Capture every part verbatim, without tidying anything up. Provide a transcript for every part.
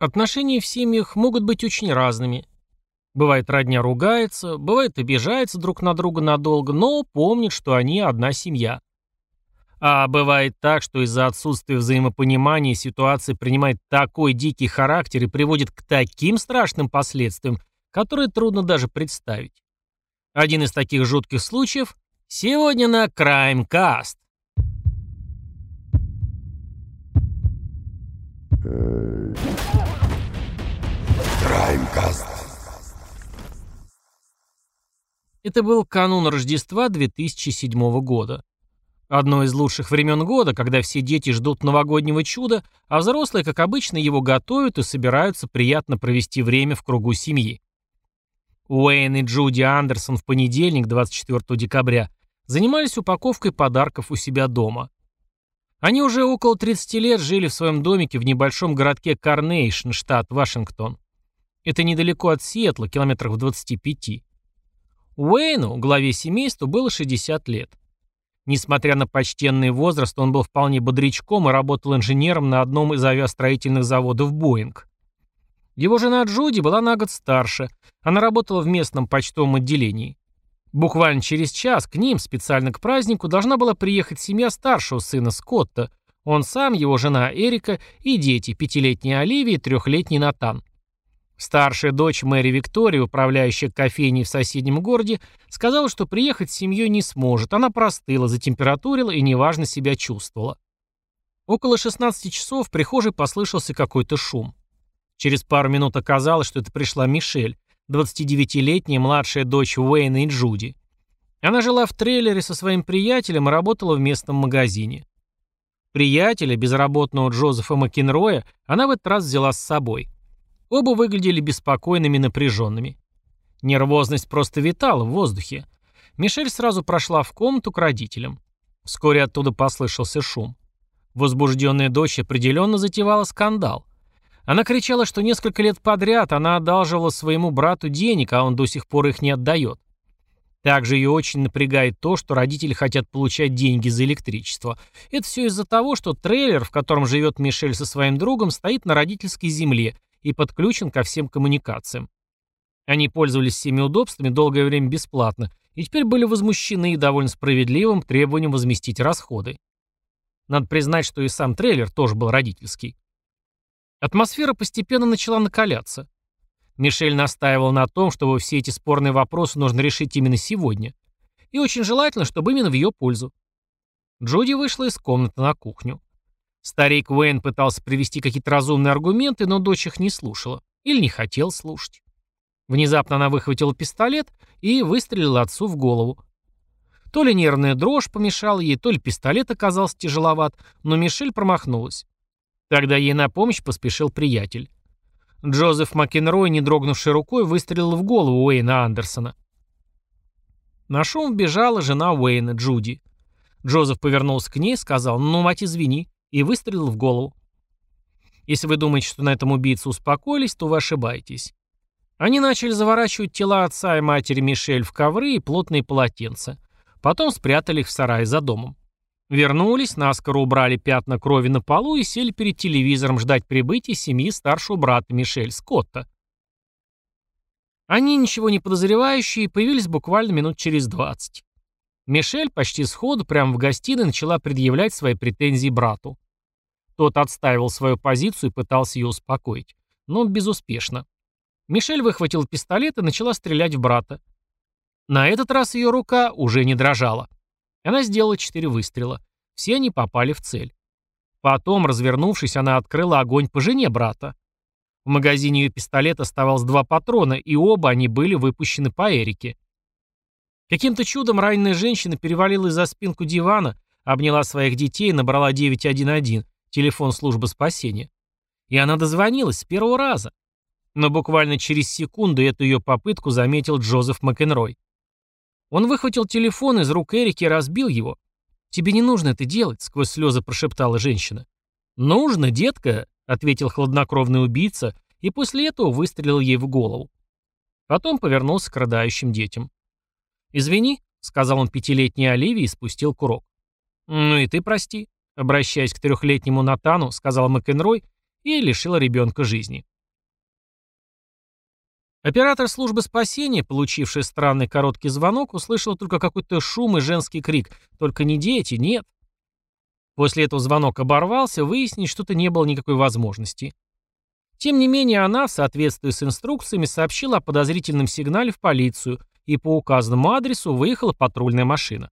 Отношения в семьях могут быть очень разными. Бывает, родня ругается, бывает, обижается друг на друга надолго, но помнит, что они одна семья. А бывает так, что из-за отсутствия взаимопонимания ситуация принимает такой дикий характер и приводит к таким страшным последствиям, которые трудно даже представить. Один из таких жутких случаев сегодня на Crimecast. Crimecast. Это был канун Рождества две тысячи седьмого года. Одно из лучших времен года, когда все дети ждут новогоднего чуда, а взрослые, как обычно, его готовят и собираются приятно провести время в кругу семьи. Уэйн и Джуди Андерсон в понедельник, двадцать четвёртого декабря, занимались упаковкой подарков у себя дома. Они уже около тридцати лет жили в своем домике в небольшом городке Карнейшн, штат Вашингтон. Это недалеко от Сиэтла, километрах в двадцати пяти. Уэйну, главе семейства, было шестьдесят лет. Несмотря на почтенный возраст, он был вполне бодрячком и работал инженером на одном из авиастроительных заводов «Боинг». Его жена Джуди была на год старше, она работала в местном почтовом отделении. Буквально через час к ним, специально к празднику, должна была приехать семья старшего сына Скотта, он сам, его жена Эрика и дети, пятилетняя Оливия и трехлетний Натан. Старшая дочь Мэри Виктория, управляющая кофейней в соседнем городе, сказала, что приехать с семьей не сможет. Она простыла, затемпературила и неважно себя чувствовала. Около шестнадцати часов в прихожей послышался какой-то шум. Через пару минут оказалось, что это пришла Мишель, двадцатидевятилетняя младшая дочь Уэйна и Джуди. Она жила в трейлере со своим приятелем и работала в местном магазине. Приятеля, безработного Джозефа Макенроя, она в этот раз взяла с собой. Оба выглядели беспокойными и напряженными. Нервозность просто витала в воздухе. Мишель сразу прошла в комнату к родителям. Вскоре оттуда послышался шум. Возбужденная дочь определенно затевала скандал. Она кричала, что несколько лет подряд она одалживала своему брату денег, а он до сих пор их не отдает. Также ее очень напрягает то, что родители хотят получать деньги за электричество. Это все из-за того, что трейлер, в котором живет Мишель со своим другом, стоит на родительской земле и подключен ко всем коммуникациям. Они пользовались всеми удобствами долгое время бесплатно и теперь были возмущены довольно справедливым требованием возместить расходы. Надо признать, что и сам трейлер тоже был родительский. Атмосфера постепенно начала накаляться. Мишель настаивал на том, что все эти спорные вопросы нужно решить именно сегодня. И очень желательно, чтобы именно в ее пользу. Джуди вышла из комнаты на кухню. Старик Уэйн пытался привести какие-то разумные аргументы, но дочь их не слушала. Или не хотел слушать. Внезапно она выхватила пистолет и выстрелила отцу в голову. То ли нервная дрожь помешала ей, то ли пистолет оказался тяжеловат, но Мишель промахнулась. Тогда ей на помощь поспешил приятель. Джозеф Макенрой, не дрогнувшей рукой, выстрелил в голову Уэйна Андерсона. На шум вбежала жена Уэйна, Джуди. Джозеф повернулся к ней, сказал «Ну, мать, извини», и выстрелил в голову. Если вы думаете, что на этом убийцы успокоились, то вы ошибаетесь. Они начали заворачивать тела отца и матери Мишель в ковры и плотные полотенца. Потом спрятали их в сарае за домом. Вернулись, наскоро убрали пятна крови на полу и сели перед телевизором ждать прибытия семьи старшего брата Мишель, Скотта. Они, ничего не подозревающие, появились буквально минут через двадцать. Мишель почти сходу прямо в гостиной начала предъявлять свои претензии брату. Тот отстаивал свою позицию и пытался ее успокоить, но безуспешно. Мишель выхватила пистолет и начала стрелять в брата. На этот раз ее рука уже не дрожала. Она сделала четыре выстрела. Все они попали в цель. Потом, развернувшись, она открыла огонь по жене брата. В магазине ее пистолета оставалось два патрона, и оба они были выпущены по Эрике. Каким-то чудом раненая женщина перевалилась за спинку дивана, обняла своих детей и набрала девять один один, телефон службы спасения. И она дозвонилась с первого раза. Но буквально через секунду эту ее попытку заметил Джозеф Макенрой. Он выхватил телефон из рук Эрики и разбил его. «Тебе не нужно это делать», — сквозь слезы прошептала женщина. «Нужно, детка», — ответил хладнокровный убийца и после этого выстрелил ей в голову. Потом повернулся к рыдающим детям. «Извини», — сказал он пятилетней Оливии и спустил курок. «Ну и ты прости», — обращаясь к трехлетнему Натану, сказал Макенрой и лишила ребенка жизни. Оператор службы спасения, получивший странный короткий звонок, услышал только какой-то шум и женский крик: «Только не дети, нет!». После этого звонок оборвался, выяснить что-то не было никакой возможности. Тем не менее, она, в соответствии с инструкциями, сообщила о подозрительном сигнале в полицию, и по указанному адресу выехала патрульная машина.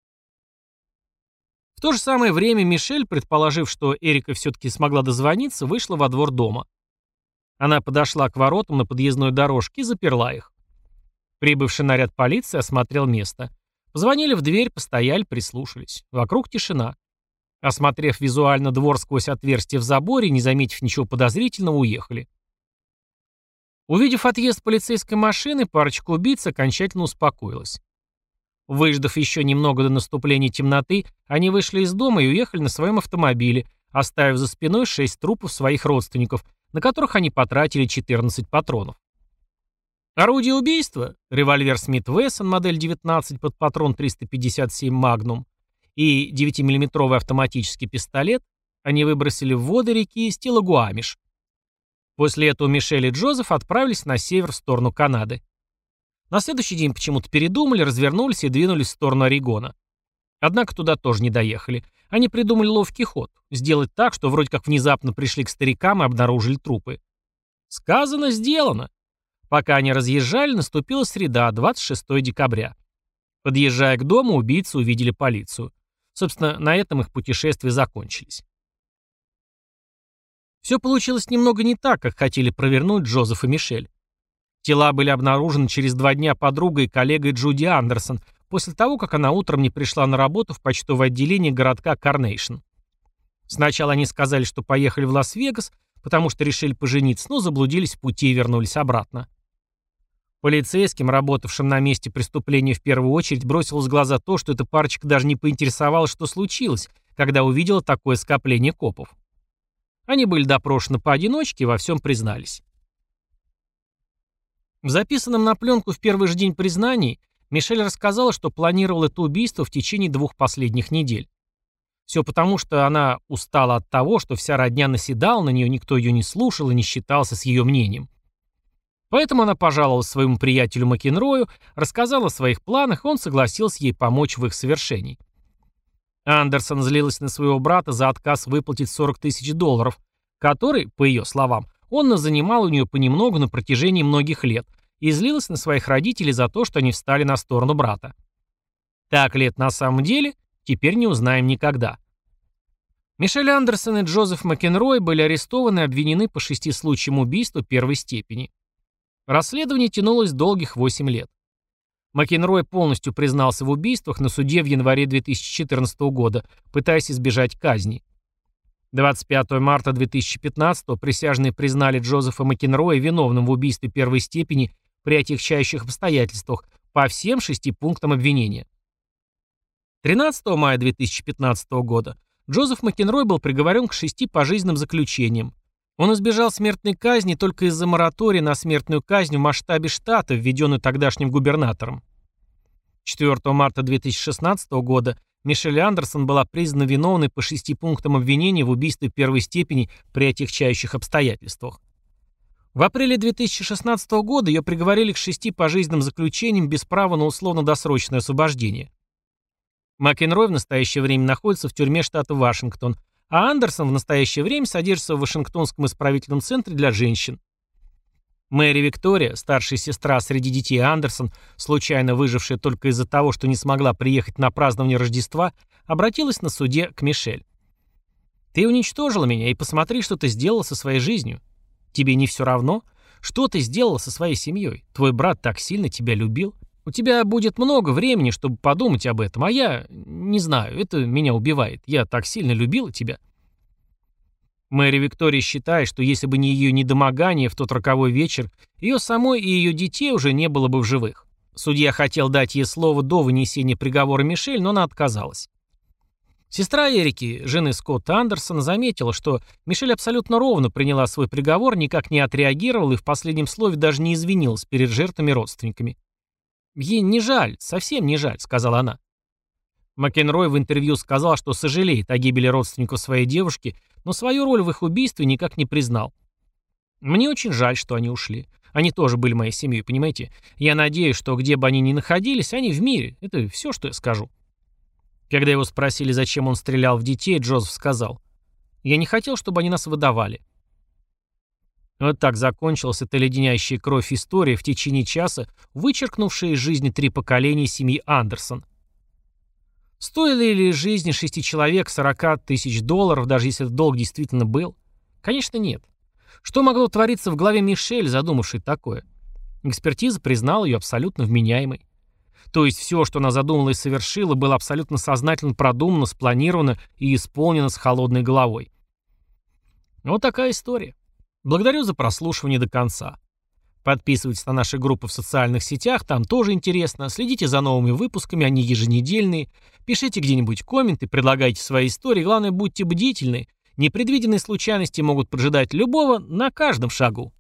В то же самое время Мишель, предположив, что Эрика все-таки смогла дозвониться, вышла во двор дома. Она подошла к воротам на подъездной дорожке и заперла их. Прибывший наряд полиции осмотрел место. Позвонили в дверь, постояли, прислушались. Вокруг тишина. Осмотрев визуально двор сквозь отверстие в заборе, не заметив ничего подозрительного, уехали. Увидев отъезд полицейской машины, парочка убийц окончательно успокоилась. Выждав еще немного до наступления темноты, они вышли из дома и уехали на своем автомобиле, оставив за спиной шесть трупов своих родственников, на которых они потратили четырнадцать патронов. Орудие убийства, револьвер Смит Вессон модель девятнадцать под патрон триста пятьдесят семь Magnum и девятимиллиметровый автоматический пистолет, они выбросили в воды реки Стилагуамиш. После этого Мишель и Джозеф отправились на север в сторону Канады. На следующий день почему-то передумали, развернулись и двинулись в сторону Орегона. Однако туда тоже не доехали. Они придумали ловкий ход – сделать так, что вроде как внезапно пришли к старикам и обнаружили трупы. Сказано, сделано. Пока они разъезжали, наступила среда, двадцать шестого декабря. Подъезжая к дому, убийцы увидели полицию. Собственно, на этом их путешествия закончились. Все получилось немного не так, как хотели провернуть Джозеф и Мишель. Тела были обнаружены через два дня подругой и коллегой Джуди Андерсон, после того, как она утром не пришла на работу в почтовое отделение городка Карнейшн. Сначала они сказали, что поехали в Лас-Вегас, потому что решили пожениться, но заблудились в пути и вернулись обратно. Полицейским, работавшим на месте преступления в первую очередь, бросилось в глаза то, что эта парочка даже не поинтересовалась, что случилось, когда увидела такое скопление копов. Они были допрошены поодиночке и во всем признались. В записанном на пленку в первый же день признаний Мишель рассказала, что планировала это убийство в течение двух последних недель. Все потому, что она устала от того, что вся родня наседала на нее, никто ее не слушал и не считался с ее мнением. Поэтому она пожаловалась своему приятелю Макенрою, рассказала о своих планах, и он согласился ей помочь в их совершении. Андерсон злилась на своего брата за отказ выплатить сорок тысяч долларов, который, по ее словам, он занимал у нее понемногу на протяжении многих лет, и злилась на своих родителей за то, что они встали на сторону брата. Так ли это на самом деле, теперь не узнаем никогда. Мишель Андерсон и Джозеф Макенрой были арестованы и обвинены по шести случаям убийства первой степени. Расследование тянулось долгих восемь лет. Макенрой полностью признался в убийствах на суде в январе две тысячи четырнадцатого года, пытаясь избежать казни. двадцать пятого марта две тысячи пятнадцатого присяжные признали Джозефа Макенроя виновным в убийстве первой степени при отягчающих обстоятельствах по всем шести пунктам обвинения. тринадцатого мая две тысячи пятнадцатого года Джозеф Макенрой был приговорен к шести пожизненным заключениям. Он избежал смертной казни только из-за моратория на смертную казнь в масштабе штата, введенную тогдашним губернатором. четвёртого марта две тысячи шестнадцатого года Мишель Андерсон была признана виновной по шести пунктам обвинения в убийстве первой степени при отягчающих обстоятельствах. В апреле две тысячи шестнадцатого года ее приговорили к шести пожизненным заключениям без права на условно-досрочное освобождение. Макенрой в настоящее время находится в тюрьме штата Вашингтон, а Андерсон в настоящее время содержится в Вашингтонском исправительном центре для женщин. Мэри Виктория, старшая сестра среди детей Андерсон, случайно выжившая только из-за того, что не смогла приехать на празднование Рождества, обратилась на суде к Мишель. «Ты уничтожила меня, и посмотри, что ты сделала со своей жизнью. Тебе не все равно? Что ты сделала со своей семьей? Твой брат так сильно тебя любил. У тебя будет много времени, чтобы подумать об этом, а я не знаю, это меня убивает. Я так сильно любила тебя». Мэри Виктория считает, что если бы не ее недомогание в тот роковой вечер, ее самой и ее детей уже не было бы в живых. Судья хотел дать ей слово до вынесения приговора Мишель, но она отказалась. Сестра Эрики, жены Скотта Андерсона, заметила, что Мишель абсолютно ровно приняла свой приговор, никак не отреагировала и в последнем слове даже не извинилась перед жертвами родственниками. «Ей не жаль, совсем не жаль», — сказала она. Макенрой в интервью сказал, что сожалеет о гибели родственников своей девушки, но свою роль в их убийстве никак не признал. Мне очень жаль, что они ушли. Они тоже были моей семьей, понимаете? Я надеюсь, что где бы они ни находились, они в мире. Это все, что я скажу. Когда его спросили, зачем он стрелял в детей, Джозеф сказал: «Я не хотел, чтобы они нас выдавали». Вот так закончилась эта леденящая кровь история в течение часа, вычеркнувшая из жизни три поколения семьи Андерсон. Стоили ли жизни шести человек сорок тысяч долларов, даже если этот долг действительно был? Конечно, нет. Что могло твориться в голове Мишель, задумавшей такое? Экспертиза признала ее абсолютно вменяемой. То есть все, что она задумала и совершила, было абсолютно сознательно продумано, спланировано и исполнено с холодной головой. Вот такая история. Благодарю за прослушивание до конца. Подписывайтесь на наши группы в социальных сетях, там тоже интересно. Следите за новыми выпусками, они еженедельные. Пишите где-нибудь комменты, предлагайте свои истории. Главное, будьте бдительны. Непредвиденные случайности могут поджидать любого на каждом шагу.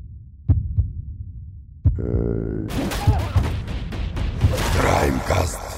Краймкаст.